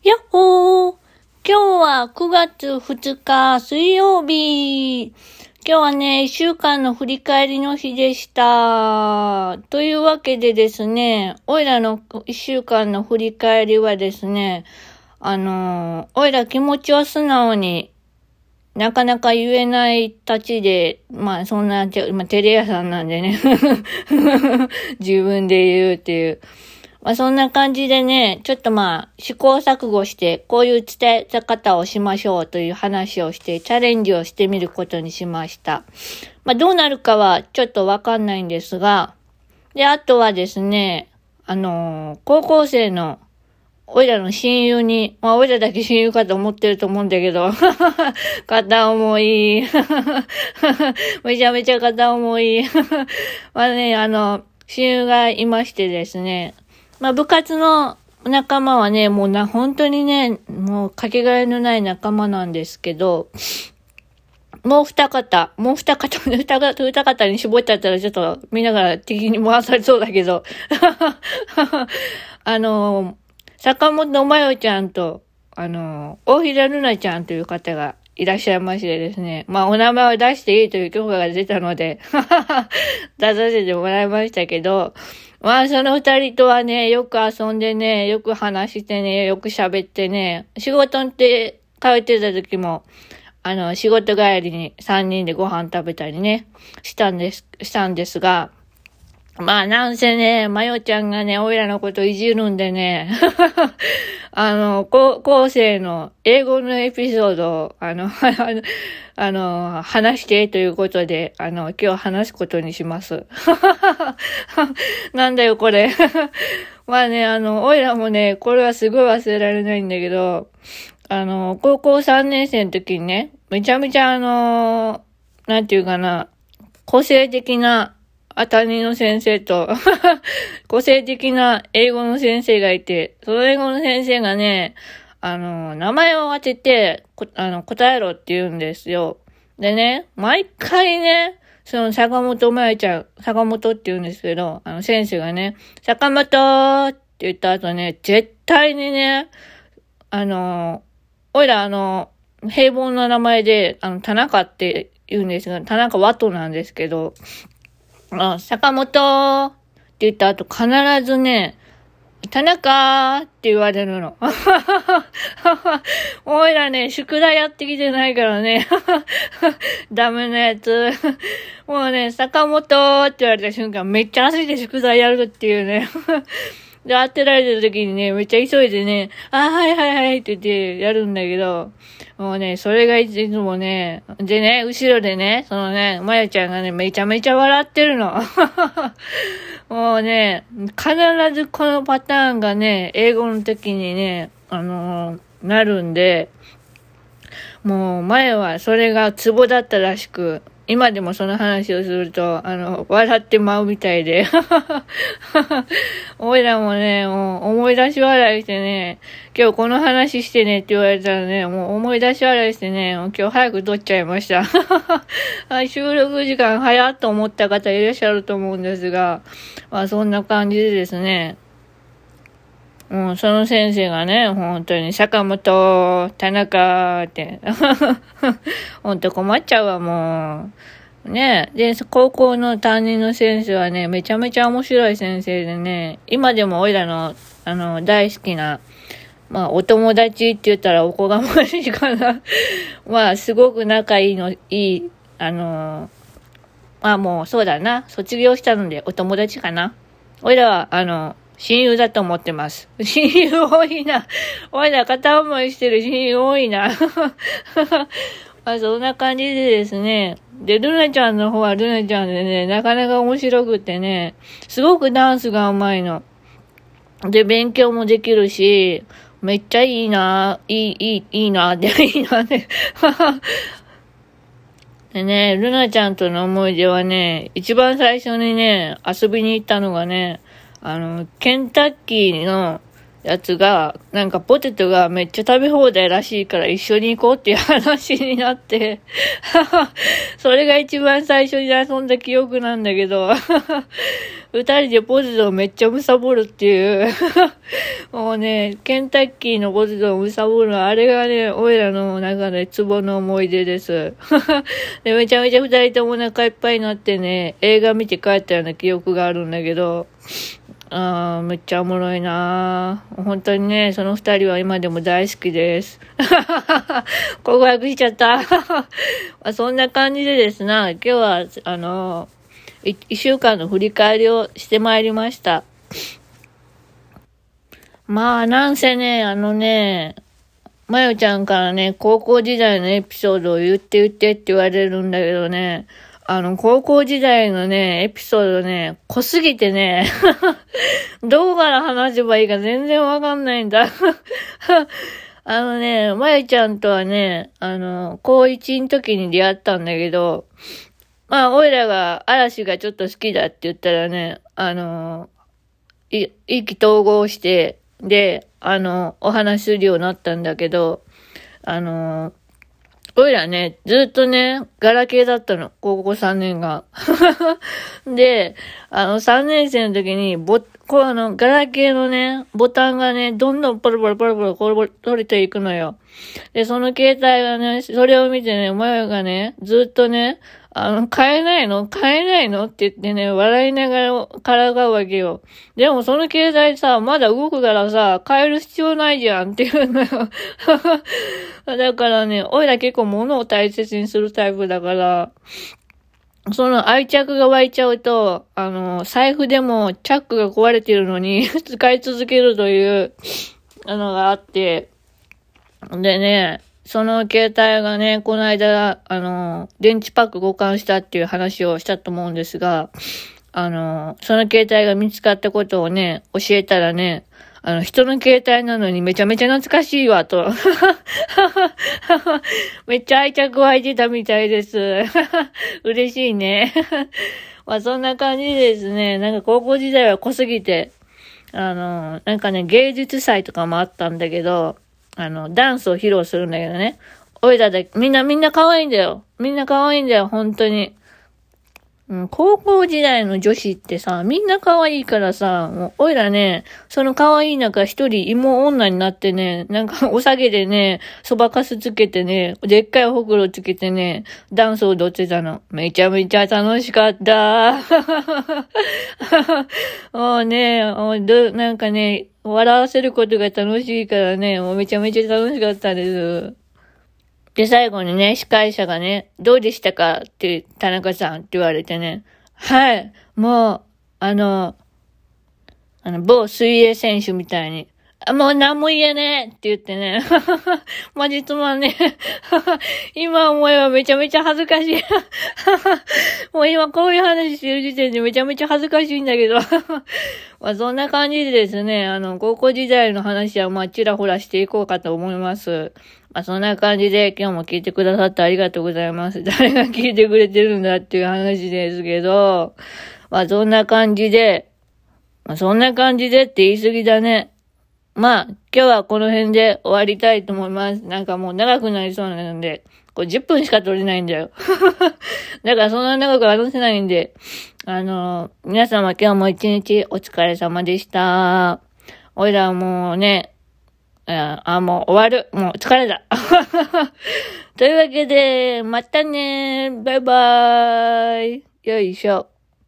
やっほー。今日は9月2日水曜日。今日はね、1週間の振り返りの日でした。というわけでですね、おいらの1週間の振り返りはですね、おいら気持ちは素直になかなか言えないたちで、まあそんな、テレ屋さんなんでね、自分で言うっていう。まあそんな感じでね、ちょっと試行錯誤して、こういう伝え方をしましょうという話をして、チャレンジをしてみることにしました。まあどうなるかはちょっとわかんないんですが、で、あとはですね、高校生の、おいらの親友に、まあおいらだけ親友かと思ってると思うんだけど、片思い、めちゃめちゃ片思い、まあね、親友がいましてですね、まあ部活の仲間はね、本当にね、もうかけがえのない仲間なんですけど、もう二方に絞っちゃったらちょっと見ながら敵に回されそうだけど、坂本真代ちゃんと、大平ルナちゃんという方がいらっしゃいましてですね。まあ、お名前を出していいという許可が出たので、出させてもらいましたけど、まあ、その二人とはね、よく遊んでね、よく話してね、よく喋ってね、仕事って通ってた時も、仕事帰りに三人でご飯食べたりね、したんですが、まあ、なんせね、まよちゃんがね、おいらのこといじるんでね、高校生の英語のエピソードを、話してということで、今日話すことにします。なんだよ、これ。まあね、おいらもね、これはすごい忘れられないんだけど、高校3年生の時にね、めちゃめちゃなんていうかな、個性的な担任の先生と、個性的な英語の先生がいて、その英語の先生がね、名前を当てて、答えろって言うんですよ。でね、毎回ね、その坂本って言うんですけど、先生がね、坂本って言った後ね、絶対にね、おいら平凡な名前で、田中って言うんですが、田中ワトなんですけど、坂本って言った後必ずね、田中って言われるの。おいらね、宿題やってきてないからね。ダメなやつ。もうね、坂本って言われた瞬間、めっちゃ焦って宿題やるっていうね。で、当てられた時にね、めっちゃ急いでね、はいはいはいって言ってやるんだけど、もうね、それがいつもね、でね、後ろでね、そのね、まやちゃんがね、めちゃめちゃ笑ってるの。もうね、必ずこのパターンがね、英語の時にね、なるんで、もう前はそれがツボだったらしく、今でもその話をすると、笑ってまうみたいで。おいらもね、もう思い出し笑いしてね、今日この話してねって言われたらね、もう思い出し笑いしてね、今日早く撮っちゃいました。収録時間早っと思った方いらっしゃると思うんですが、まあそんな感じでですね、その先生がね、本当に坂本、田中って、本当困っちゃうわ、もう。ねで、高校の担任の先生はね、めちゃめちゃ面白い先生でね、今でもおいらの、大好きな、まあ、お友達って言ったらおこがましいかな。まあ、すごく仲いい、まあもうそうだな、卒業したのでお友達かな。おいらは、親友だと思ってます。親友多いな。おいら片思いしてる親友多いな。まあそんな感じでですね。で、ルナちゃんの方はルナちゃんでね、なかなか面白くってね、すごくダンスが上手いの。で、勉強もできるし、めっちゃいいな、いいな、で、いいな、ね。でね、ルナちゃんとの思い出はね、一番最初にね、遊びに行ったのがね、ケンタッキーのやつが、なんかポテトがめっちゃ食べ放題らしいから一緒に行こうっていう話になって、それが一番最初に遊んだ記憶なんだけど、二人でポテトをめっちゃ貪るっていう、もうね、ケンタッキーのポテトを貪る、あれがね、おいらの中でツボの思い出です。で、めちゃめちゃ二人ともお腹いっぱいになってね、映画見て帰ったような記憶があるんだけど、めっちゃおもろいなぁ。本当にね、その二人は今でも大好きです。告白しちゃった。そんな感じでですな、今日は、一週間の振り返りをしてまいりました。まあ、なんせね、まゆちゃんからね、高校時代のエピソードを言ってって言われるんだけどね、高校時代のね、エピソードね、濃すぎてね、どうから話せばいいか全然わかんないんだ。まゆちゃんとはね、高一の時に出会ったんだけど、まあ、おいらが嵐がちょっと好きだって言ったらね、意気投合して、で、お話しするようになったんだけど、おいらね、ずっとね、ガラケーだったの。高校3年が。で、3年生の時に、ガラケーのね、ボタンがね、どんどんポロポロポロポロ取れていくのよ。で、その携帯がね、それを見てね、お前がね、ずっとね、買えないのって言ってね、笑いながらからかうわけよ。でもその携帯さ、まだ動くからさ、変える必要ないじゃんっていうのよ。だからね、おいら結構物を大切にするタイプだから、その愛着が湧いちゃうと、財布でもチャックが壊れてるのに使い続けるというのがあって、でね、その携帯がね、この間、電池パック交換したっていう話をしたと思うんですが、その携帯が見つかったことをね、教えたらね、人の携帯なのにめちゃめちゃ懐かしいわ、と。めっちゃ愛着湧いてたみたいです。嬉しいね。まあそんな感じですね。なんか高校時代は濃すぎて、なんかね、芸術祭とかもあったんだけど、ダンスを披露するんだけどね。おいらだけ、みんな可愛いんだよ。みんな可愛いんだよ、本当に。高校時代の女子ってさ、みんな可愛いからさ、もう、おいらね、その可愛い中一人芋女になってね、なんかお下げでね、そばかすつけてね、でっかいほくろつけてね、ダンスを踊ってたの。めちゃめちゃ楽しかった。もうね、なんかね、笑わせることが楽しいからね、もうめちゃめちゃ楽しかったです。で、最後にね、司会者がね、どうでしたかって、田中さんって言われてね、はい、もう、某水泳選手みたいに、もう何も言えねえって言ってね。まあ、実はね、今思えばめちゃめちゃ恥ずかしい。もう今こういう話してる時点でめちゃめちゃ恥ずかしいんだけど。まあ、そんな感じでですね、高校時代の話はまあ、ちらほらしていこうかと思います。まあ、そんな感じで今日も聞いてくださってありがとうございます。誰が聞いてくれてるんだっていう話ですけど、まあ、そんな感じでって言い過ぎだね。まあ、今日はこの辺で終わりたいと思います。なんかもう長くなりそうなので、これ10分しか撮れないんだよ。だからそんな長く話せないんで、皆様今日も一日お疲れ様でした。おいらはもうね、もう終わる。もう疲れた。というわけで、またねバイバーイ。よいしょ。